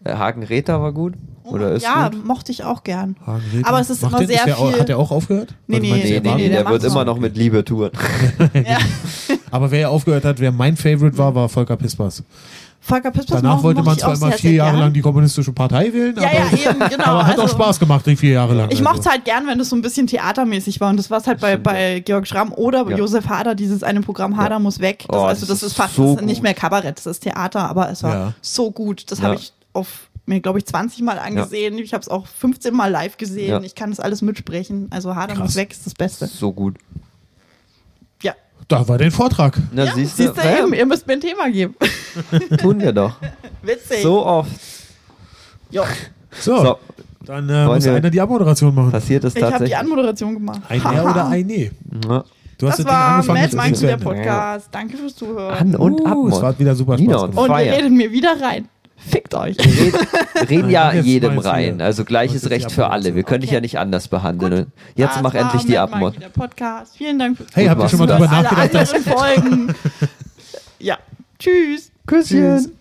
Hagen-Räther war gut. Oder ist gut? Mochte ich auch gern. Aber es ist immer sehr viel... Hat er auch aufgehört? Nee, der wird immer noch mit Liebe touren. Ja. Aber wer aufgehört hat, wer mein Favorite war Volker Pispers. Volker Pispers Danach wollte man zwar immer 4 Jahre lang die kommunistische Partei wählen, eben, genau. aber hat auch Spaß gemacht, die 4 Jahre lang. Ich mochte es halt gern, wenn das so ein bisschen theatermäßig war und das war es halt bei Georg Schramm oder Josef Hader, dieses eine Programm Hader muss weg. Das ist fast so nicht mehr Kabarett, das ist Theater, aber es war so gut. Das habe ich mir, glaube ich, 20 Mal angesehen. Ich habe es auch 15 Mal live gesehen. Ich kann das alles mitsprechen. Also Hader muss weg ist das Beste. So gut. Ja. Da war dein Vortrag. Na, siehst du eben, ihr müsst mir ein Thema geben. Tun wir doch. Witzig. So oft. Jo. So. Dann muss einer die Abmoderation machen. Passiert es tatsächlich. Ich habe die Anmoderation gemacht. Ein Ja oder ein Nee? Ja. Das war Mad Monkey, der Podcast. Danke fürs Zuhören. An- und Abmod. Es war wieder super Spaß gemacht. Und ihr redet mir wieder rein. Fickt euch. Wir reden ja jedem rein. Also gleiches Recht für alle. Wir können dich ja nicht anders behandeln. Gut. Jetzt mach endlich die Abmod. Der Podcast. Vielen Dank fürs Hey, habt ihr schon mal drüber nachgedacht? Alle anderen Folgen. Ja. Tschüss. Küsschen.